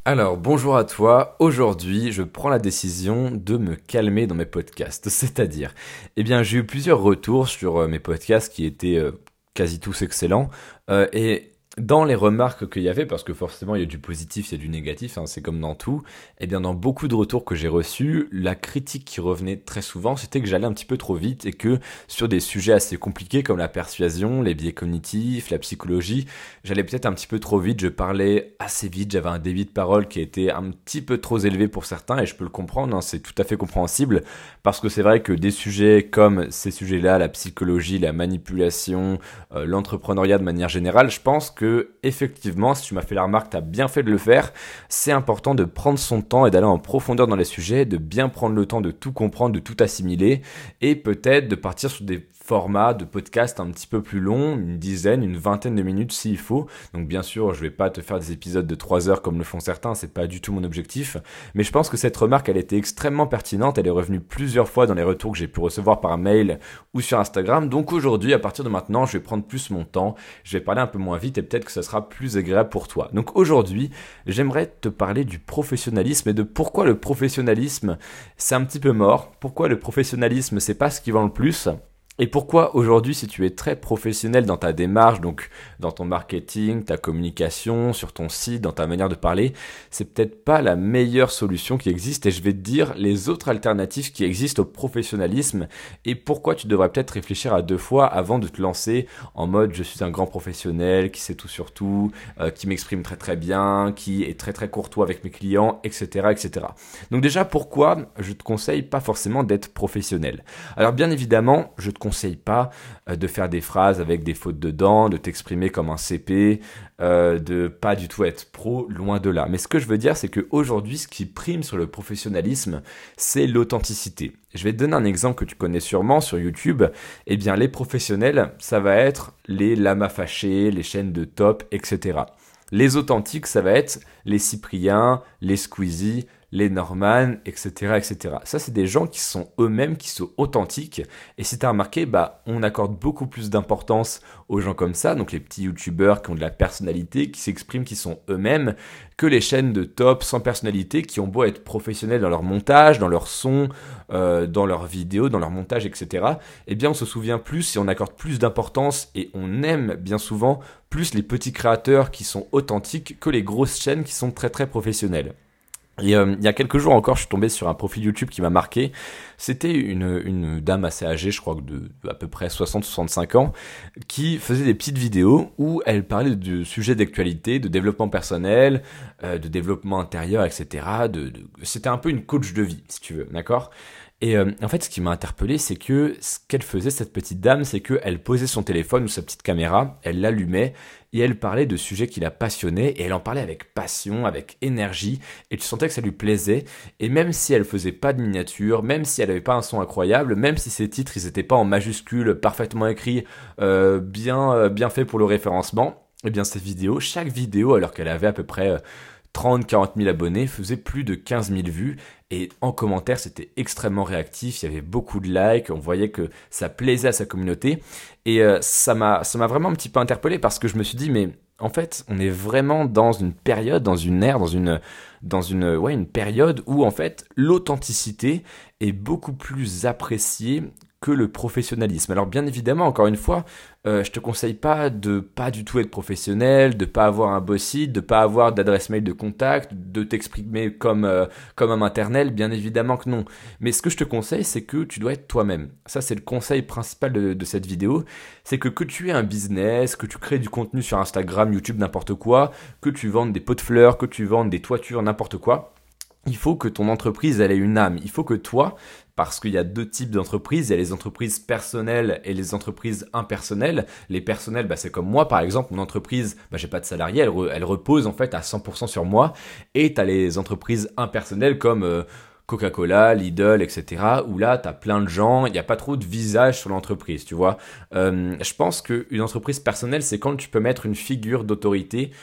Alors, bonjour à toi. Aujourd'hui, je prends la décision de me calmer dans mes podcasts. C'est-à-dire, j'ai eu plusieurs retours sur mes podcasts qui étaient quasi tous excellents. Et dans les remarques qu'il y avait, parce que forcément il y a du positif, il y a du négatif, hein, c'est comme dans tout, dans beaucoup de retours que j'ai reçus, la critique qui revenait très souvent, c'était que j'allais un petit peu trop vite et que sur des sujets assez compliqués comme la persuasion, les biais cognitifs, la psychologie, j'allais peut-être un petit peu trop vite, je parlais assez vite, j'avais un débit de parole qui était un petit peu trop élevé pour certains et je peux le comprendre, hein, c'est tout à fait compréhensible parce que c'est vrai que des sujets comme ces sujets-là, la psychologie, la manipulation, l'entrepreneuriat de manière générale, je pense que effectivement, si tu m'as fait la remarque, tu as bien fait de le faire, c'est important de prendre son temps et d'aller en profondeur dans les sujets, de bien prendre le temps de tout comprendre, de tout assimiler et peut-être de partir sur des formats de podcast un petit peu plus longs, une dizaine, une vingtaine de minutes s'il faut. Donc bien sûr, je vais pas te faire des épisodes de 3 heures comme le font certains, c'est pas du tout mon objectif, mais je pense que cette remarque, elle était extrêmement pertinente, elle est revenue plusieurs fois dans les retours que j'ai pu recevoir par mail ou sur Instagram. Donc aujourd'hui, à partir de maintenant, je vais prendre plus mon temps, je vais parler un peu moins vite et peut-être que ça sera plus agréable pour toi. Donc aujourd'hui, j'aimerais te parler du professionnalisme et de pourquoi le professionnalisme, c'est un petit peu mort, pourquoi le professionnalisme, c'est pas ce qui vend le plus. Et pourquoi aujourd'hui, si tu es très professionnel dans ta démarche, donc dans ton marketing, ta communication, sur ton site, dans ta manière de parler, c'est peut-être pas la meilleure solution qui existe et je vais te dire les autres alternatives qui existent au professionnalisme et pourquoi tu devrais peut-être réfléchir à deux fois avant de te lancer en mode je suis un grand professionnel qui sait tout sur tout, qui m'exprime très très bien, qui est très très courtois avec mes clients, etc., etc. Donc déjà, pourquoi je te conseille pas forcément d'être professionnel? Alors bien évidemment, je te conseille pas de faire des phrases avec des fautes dedans, de t'exprimer comme un CP, de pas du tout être pro, loin de là. Mais ce que je veux dire, c'est qu'aujourd'hui, ce qui prime sur le professionnalisme, c'est l'authenticité. Je vais te donner un exemple que tu connais sûrement sur YouTube. Eh bien, les professionnels, ça va être les lamas fâchés, les chaînes de top, etc. Les authentiques, ça va être les Cypriens, les Squeezie, les Norman, etc., etc. Ça, c'est des gens qui sont eux-mêmes, qui sont authentiques. Et si tu as remarqué, on accorde beaucoup plus d'importance aux gens comme ça, donc les petits youtubeurs qui ont de la personnalité, qui s'expriment, qui sont eux-mêmes, que les chaînes de top sans personnalité, qui ont beau être professionnels dans leur montage, dans leur son, dans leurs vidéos, dans leur montage, etc. Eh bien, on se souvient plus et on accorde plus d'importance et on aime bien souvent plus les petits créateurs qui sont authentiques que les grosses chaînes qui sont très très professionnelles. Et il y a quelques jours encore, je suis tombé sur un profil YouTube qui m'a marqué. C'était une dame assez âgée, je crois que de à peu près 60-65 ans, qui faisait des petites vidéos où elle parlait de sujets d'actualité, de développement personnel, de développement intérieur, etc. C'était un peu une coach de vie, si tu veux, d'accord? Et en fait, ce qui m'a interpellé, c'est que ce qu'elle faisait, cette petite dame, c'est qu'elle posait son téléphone ou sa petite caméra, elle l'allumait et elle parlait de sujets qui la passionnaient et elle en parlait avec passion, avec énergie et tu sentais que ça lui plaisait. Et même si elle faisait pas de miniature, même si elle avait pas un son incroyable, même si ses titres ils étaient pas en majuscules, parfaitement écrits, bien fait pour le référencement, eh bien ces vidéos, chaque vidéo, alors qu'elle avait à peu près 30-40 000 abonnés, faisait plus de 15 000 vues et en commentaire c'était extrêmement réactif, il y avait beaucoup de likes, on voyait que ça plaisait à sa communauté et ça m'a vraiment un petit peu interpellé parce que je me suis dit mais en fait on est vraiment dans une période, dans une ère, une période où en fait l'authenticité est beaucoup plus appréciée que le professionnalisme. Alors bien évidemment, encore une fois, je te conseille pas de pas du tout être professionnel, de pas avoir un beau site, de pas avoir d'adresse mail de contact, de t'exprimer comme un maternel, bien évidemment que non. Mais ce que je te conseille, c'est que tu dois être toi-même. Ça, c'est le conseil principal de cette vidéo. C'est que tu aies un business, que tu crées du contenu sur Instagram, YouTube, n'importe quoi, que tu vendes des pots de fleurs, que tu vendes des toitures, n'importe quoi. Il faut que ton entreprise elle ait une âme. Il faut que toi, parce qu'il y a deux types d'entreprises, il y a les entreprises personnelles et les entreprises impersonnelles. Les personnelles, c'est comme moi par exemple, mon entreprise, j'ai pas de salarié, elle repose en fait à 100% sur moi. Et t'as les entreprises impersonnelles comme Coca-Cola, Lidl, etc. où là, t'as plein de gens, il n'y a pas trop de visage sur l'entreprise, tu vois. Je pense qu'une entreprise personnelle, c'est quand tu peux mettre une figure d'autorité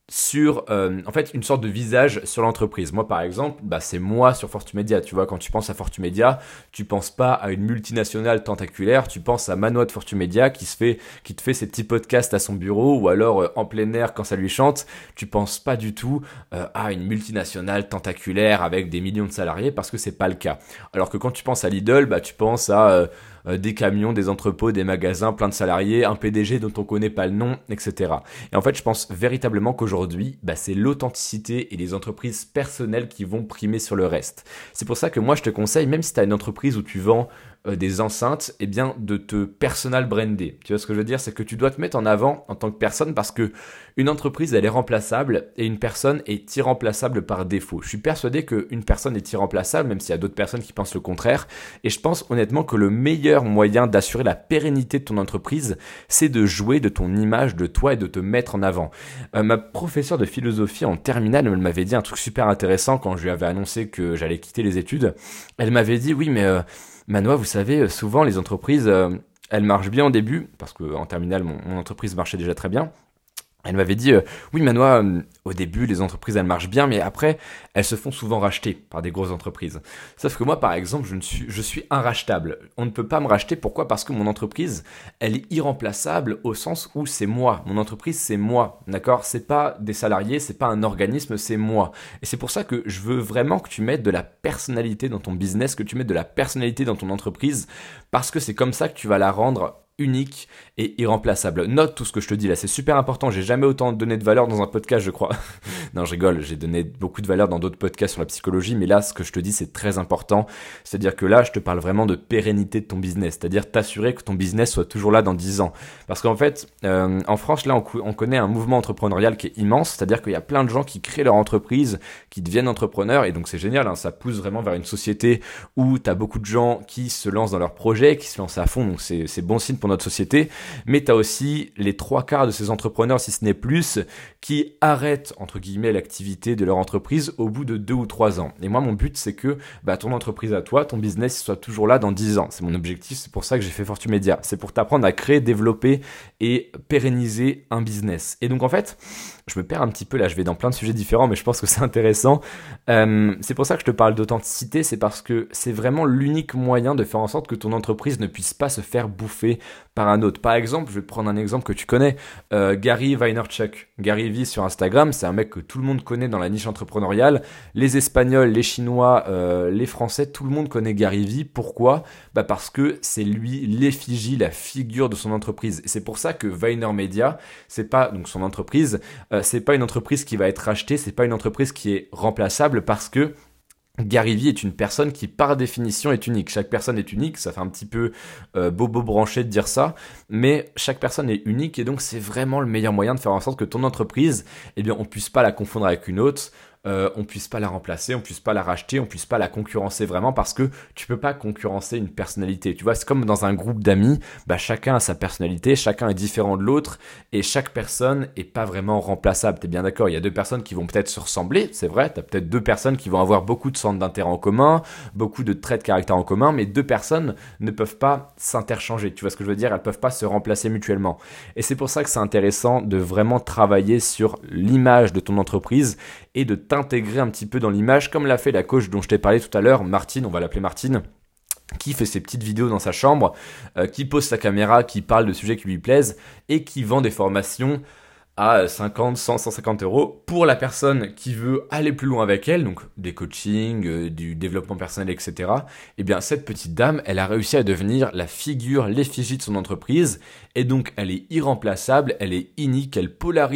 sur en fait une sorte de visage sur l'entreprise. Moi par exemple, c'est moi sur Fortumedia, tu vois, quand tu penses à Fortumedia, tu penses pas à une multinationale tentaculaire, tu penses à Manoa de Fortumedia qui te fait ses petits podcasts à son bureau ou alors en plein air quand ça lui chante. Tu penses pas du tout à une multinationale tentaculaire avec des millions de salariés parce que c'est pas le cas. Alors que quand tu penses à Lidl, tu penses à des camions, des entrepôts, des magasins, plein de salariés, un PDG dont on connaît pas le nom, etc. Et en fait, je pense véritablement qu'aujourd'hui, c'est l'authenticité et les entreprises personnelles qui vont primer sur le reste. C'est pour ça que moi, je te conseille, même si tu as une entreprise où tu vends des enceintes, de te personal brander. Tu vois ce que je veux dire? C'est que tu dois te mettre en avant en tant que personne parce que une entreprise, elle est remplaçable et une personne est irremplaçable par défaut. Je suis persuadé qu'une personne est irremplaçable, même s'il y a d'autres personnes qui pensent le contraire. Et je pense honnêtement que le meilleur moyen d'assurer la pérennité de ton entreprise, c'est de jouer de ton image, de toi et de te mettre en avant. Ma professeure de philosophie en terminale, elle m'avait dit un truc super intéressant quand je lui avais annoncé que j'allais quitter les études. Elle m'avait dit, oui, mais Manoa, vous savez, souvent les entreprises, elles marchent bien au début, parce qu'en terminale, mon entreprise marchait déjà très bien. Elle m'avait dit, oui Manoa, au début les entreprises elles marchent bien, mais après elles se font souvent racheter par des grosses entreprises. Sauf que moi par exemple je suis irrachetable. On ne peut pas me racheter, pourquoi? Parce que mon entreprise elle est irremplaçable au sens où c'est moi. Mon entreprise c'est moi, d'accord? C'est pas des salariés, c'est pas un organisme, c'est moi. Et c'est pour ça que je veux vraiment que tu mettes de la personnalité dans ton business, que tu mettes de la personnalité dans ton entreprise, parce que c'est comme ça que tu vas la rendre unique et irremplaçable. Note tout ce que je te dis là, c'est super important. J'ai jamais autant donné de valeur dans un podcast, je crois. Non, je rigole, j'ai donné beaucoup de valeur dans d'autres podcasts sur la psychologie, mais là, ce que je te dis, c'est très important. C'est-à-dire que là, je te parle vraiment de pérennité de ton business, c'est-à-dire t'assurer que ton business soit toujours là dans 10 ans. Parce qu'en fait, en France, là, on connaît un mouvement entrepreneurial qui est immense, c'est-à-dire qu'il y a plein de gens qui créent leur entreprise, qui deviennent entrepreneurs, et donc c'est génial, hein, ça pousse vraiment vers une société où t'as beaucoup de gens qui se lancent dans leurs projets, qui se lancent à fond, donc c'est bon signe pour notre société, mais tu as aussi les 3/4 de ces entrepreneurs, si ce n'est plus, qui arrêtent, entre guillemets, l'activité de leur entreprise au bout de 2 ou 3 ans. Et moi, mon but, c'est que ton entreprise à toi, ton business, soit toujours là dans 10 ans. C'est mon objectif, c'est pour ça que j'ai fait Fortumedia. C'est pour t'apprendre à créer, développer et pérenniser un business. Et donc, en fait, je me perds un petit peu, là, je vais dans plein de sujets différents, mais je pense que c'est intéressant. C'est pour ça que je te parle d'authenticité, c'est parce que c'est vraiment l'unique moyen de faire en sorte que ton entreprise ne puisse pas se faire bouffer par un autre. Par exemple, je vais te prendre un exemple que tu connais, Gary Vaynerchuk. Gary V sur Instagram, c'est un mec que tout le monde connaît dans la niche entrepreneuriale. Les Espagnols, les Chinois, les Français, tout le monde connaît Gary V. Pourquoi? Parce que c'est lui l'effigie, la figure de son entreprise. Et c'est pour ça que VaynerMedia, c'est pas donc son entreprise, c'est pas une entreprise qui va être rachetée, c'est pas une entreprise qui est remplaçable parce que Gary Vee est une personne qui par définition est unique. Chaque personne est unique, ça fait un petit peu bobo branché de dire ça, mais chaque personne est unique et donc c'est vraiment le meilleur moyen de faire en sorte que ton entreprise, on puisse pas la confondre avec une autre, on puisse pas la remplacer, on puisse pas la racheter, on puisse pas la concurrencer vraiment parce que tu peux pas concurrencer une personnalité. Tu vois, c'est comme dans un groupe d'amis, chacun a sa personnalité, chacun est différent de l'autre et chaque personne est pas vraiment remplaçable. T'es bien d'accord? Il y a 2 personnes qui vont peut-être se ressembler, c'est vrai, t'as peut-être 2 personnes qui vont avoir beaucoup de centres d'intérêt en commun, beaucoup de traits de caractère en commun, mais 2 personnes ne peuvent pas s'interchanger. Tu vois ce que je veux dire? Elles peuvent pas se remplacer mutuellement. Et c'est pour ça que c'est intéressant de vraiment travailler sur l'image de ton entreprise et de t'intégrer un petit peu dans l'image, comme l'a fait la coach dont je t'ai parlé tout à l'heure, Martine, on va l'appeler Martine, qui fait ses petites vidéos dans sa chambre, qui pose sa caméra, qui parle de sujets qui lui plaisent et qui vend des formations à 50, 100, 150 euros pour la personne qui veut aller plus loin avec elle, donc des coachings, du développement personnel, etc. Cette petite dame, elle a réussi à devenir la figure, l'effigie de son entreprise, et donc elle est irremplaçable, elle est unique, elle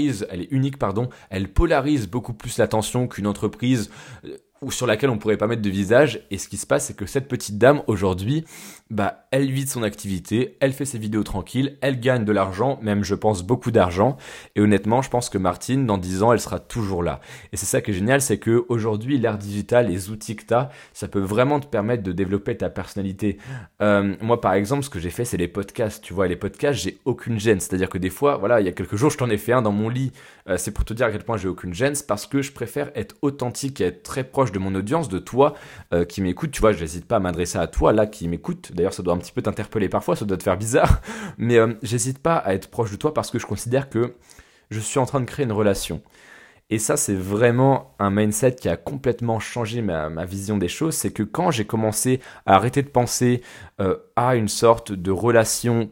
polarise beaucoup plus l'attention qu'une entreprise ou sur laquelle on pourrait pas mettre de visage. Et ce qui se passe, c'est que cette petite dame, aujourd'hui, elle vit de son activité, elle fait ses vidéos tranquilles, elle gagne de l'argent, même je pense beaucoup d'argent. Et honnêtement, je pense que Martine, dans 10 ans, elle sera toujours là. Et c'est ça qui est génial, c'est que aujourd'hui, l'ère digitale, les outils que t'as, ça peut vraiment te permettre de développer ta personnalité. Moi, par exemple, ce que j'ai fait, c'est les podcasts. Tu vois, les podcasts, j'ai aucune gêne. C'est-à-dire que des fois, voilà, il y a quelques jours, je t'en ai fait un dans mon lit. C'est pour te dire à quel point j'ai aucune gêne, c'est parce que je préfère être authentique et être très proche de mon audience, de toi qui m'écoute. Tu vois, je n'hésite pas à m'adresser à toi là qui m'écoute. D'ailleurs, ça doit un petit peu t'interpeller parfois, ça doit te faire bizarre, mais j'hésite pas à être proche de toi parce que je considère que je suis en train de créer une relation. Et ça, c'est vraiment un mindset qui a complètement changé ma vision des choses. C'est que quand j'ai commencé à arrêter de penser à une sorte de relation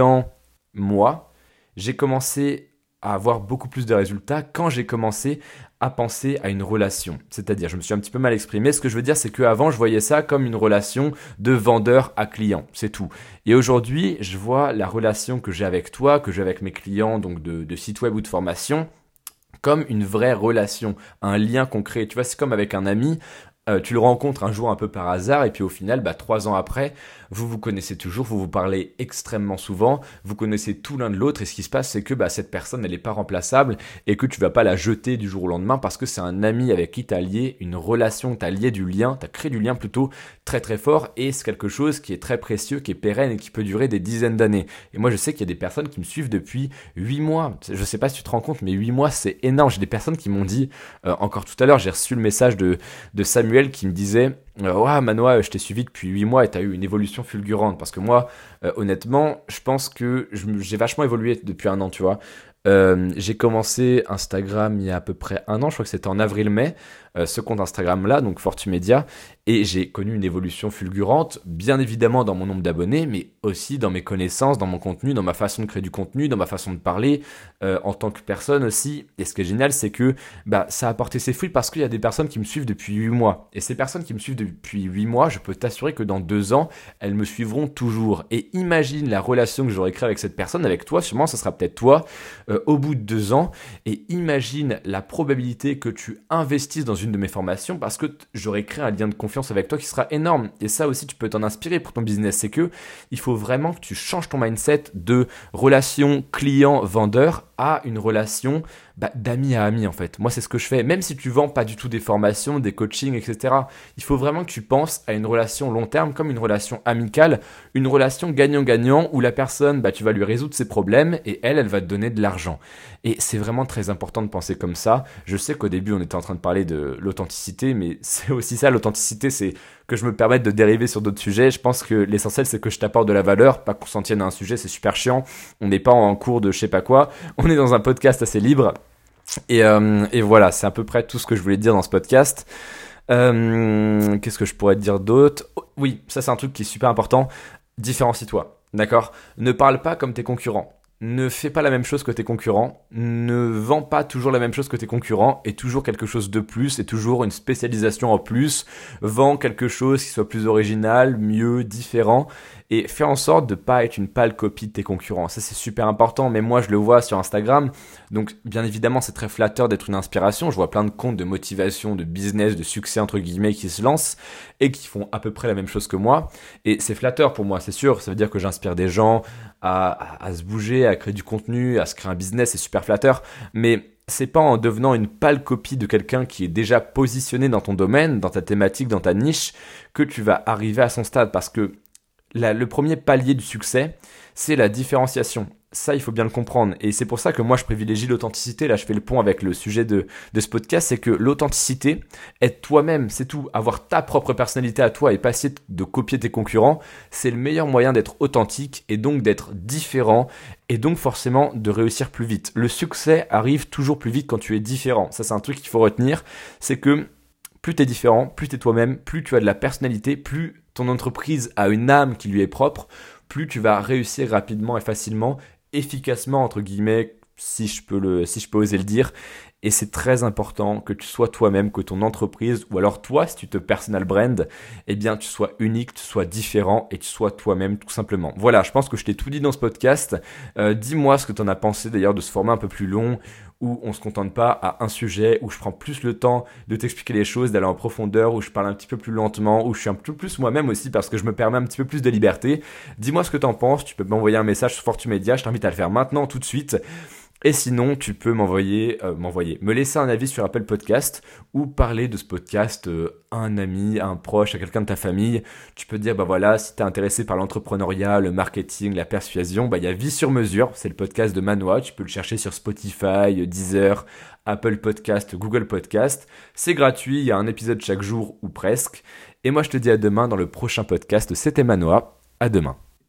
client-moi, j'ai commencé à avoir beaucoup plus de résultats quand j'ai commencé à penser à une relation. C'est-à-dire, je me suis un petit peu mal exprimé. Ce que je veux dire, c'est qu'avant, je voyais ça comme une relation de vendeur à client. C'est tout. Et aujourd'hui, je vois la relation que j'ai avec toi, que j'ai avec mes clients, donc de sites web ou de formation, comme une vraie relation, un lien concret. Tu vois, c'est comme avec un ami. Tu le rencontres un jour un peu par hasard et puis au final, 3 ans après, vous vous connaissez toujours, vous vous parlez extrêmement souvent, vous connaissez tout l'un de l'autre et ce qui se passe, c'est que cette personne, elle n'est pas remplaçable et que tu vas pas la jeter du jour au lendemain parce que c'est un ami avec qui tu as lié une relation, tu as lié du lien, tu as créé du lien plutôt très très fort et c'est quelque chose qui est très précieux, qui est pérenne et qui peut durer des dizaines d'années. Et moi, je sais qu'il y a des personnes qui me suivent depuis 8 mois. Je sais pas si tu te rends compte, mais 8 mois, c'est énorme. J'ai des personnes qui m'ont dit, encore tout à l'heure, j'ai reçu le message de Samuel qui me disait ouais Manoa, je t'ai suivi depuis 8 mois et t'as eu une évolution fulgurante parce que moi honnêtement je pense que j'ai vachement évolué depuis un an, tu vois. J'ai commencé Instagram il y a à peu près un an, je crois que c'était en avril-mai, ce compte Instagram là, donc Fortumedia, et j'ai connu une évolution fulgurante, bien évidemment dans mon nombre d'abonnés, mais aussi dans mes connaissances, dans mon contenu, dans ma façon de créer du contenu, dans ma façon de parler, en tant que personne aussi. Et ce qui est génial, c'est que ça a apporté ses fruits parce qu'il y a des personnes qui me suivent depuis 8 mois. Et ces personnes qui me suivent depuis 8 mois, je peux t'assurer que dans 2 ans, elles me suivront toujours. Et imagine la relation que j'aurais créée avec cette personne, avec toi, sûrement ce sera peut-être toi, au bout de 2 ans. Et imagine la probabilité que tu investisses dans une de mes formations parce que j'aurais créé un lien de confiance avec toi qui sera énorme. Et ça aussi, tu peux t'en inspirer pour ton business. C'est que il faut vraiment que tu changes ton mindset de relation client-vendeur à une relation d'ami à ami en fait. Moi, c'est ce que je fais. Même si tu vends pas du tout des formations, des coachings, etc. Il faut vraiment que tu penses à une relation long terme comme une relation amicale, une relation gagnant-gagnant où la personne, tu vas lui résoudre ses problèmes et elle va te donner de l'argent. Et c'est vraiment très important de penser comme ça. Je sais qu'au début, on était en train de parler de l'authenticité, mais c'est aussi ça, l'authenticité, c'est que je me permette de dériver sur d'autres sujets. Je pense que l'essentiel, c'est que je t'apporte de la valeur, pas qu'on s'en tienne à un sujet, c'est super chiant. On n'est pas en cours de je sais pas quoi. On est dans un podcast assez libre. Et voilà, c'est à peu près tout ce que je voulais dire dans ce podcast. Qu'est-ce que je pourrais te dire d'autre ? Oui, ça c'est un truc qui est super important. Différencie-toi, d'accord ? Ne parle pas comme tes concurrents. Ne fais pas la même chose que tes concurrents, ne vends pas toujours la même chose que tes concurrents et toujours quelque chose de plus et toujours une spécialisation en plus. Vends quelque chose qui soit plus original, mieux, différent et fais en sorte de pas être une pâle copie de tes concurrents. Ça c'est super important, mais moi je le vois sur Instagram. Donc bien évidemment c'est très flatteur d'être une inspiration. Je vois plein de comptes de motivation, de business, de succès entre guillemets qui se lancent et qui font à peu près la même chose que moi. Et c'est flatteur pour moi, c'est sûr. Ça veut dire que j'inspire des gens à se bouger, à créer du contenu, à se créer un business, c'est super flatteur. Mais c'est pas en devenant une pâle copie de quelqu'un qui est déjà positionné dans ton domaine, dans ta thématique, dans ta niche, que tu vas arriver à son stade. Parce que le premier palier du succès, c'est la différenciation. Ça, il faut bien le comprendre. Et c'est pour ça que moi, je privilégie l'authenticité. Là, je fais le pont avec le sujet de ce podcast. C'est que l'authenticité, être toi-même, c'est tout. Avoir ta propre personnalité à toi et pas essayer de copier tes concurrents, c'est le meilleur moyen d'être authentique et donc d'être différent et donc forcément de réussir plus vite. Le succès arrive toujours plus vite quand tu es différent. Ça, c'est un truc qu'il faut retenir. C'est que plus tu es différent, plus tu es toi-même, plus tu as de la personnalité, plus ton entreprise a une âme qui lui est propre, plus tu vas réussir rapidement et facilement, efficacement entre guillemets, si je peux oser le dire. Et c'est très important que tu sois toi-même, que ton entreprise, ou alors toi, si tu te personal brand, eh bien tu sois unique, tu sois différent et tu sois toi-même tout simplement. Voilà, je pense que je t'ai tout dit dans ce podcast. Dis-moi ce que tu en as pensé d'ailleurs de ce format un peu plus long, où on se contente pas à un sujet, où je prends plus le temps de t'expliquer les choses, d'aller en profondeur, où je parle un petit peu plus lentement, où je suis un peu plus moi-même aussi parce que je me permets un petit peu plus de liberté. Dis-moi ce que t'en penses, tu peux m'envoyer un message sur Fortumedia, je t'invite à le faire maintenant tout de suite. Et sinon, tu peux me laisser un avis sur Apple Podcast ou parler de ce podcast à un ami, à un proche, à quelqu'un de ta famille. Tu peux dire, voilà, si t'es intéressé par l'entrepreneuriat, le marketing, la persuasion, il y a Vie sur mesure, c'est le podcast de Manoa. Tu peux le chercher sur Spotify, Deezer, Apple Podcast, Google Podcast. C'est gratuit, il y a un épisode chaque jour ou presque. Et moi, je te dis à demain dans le prochain podcast. C'était Manoa. À demain.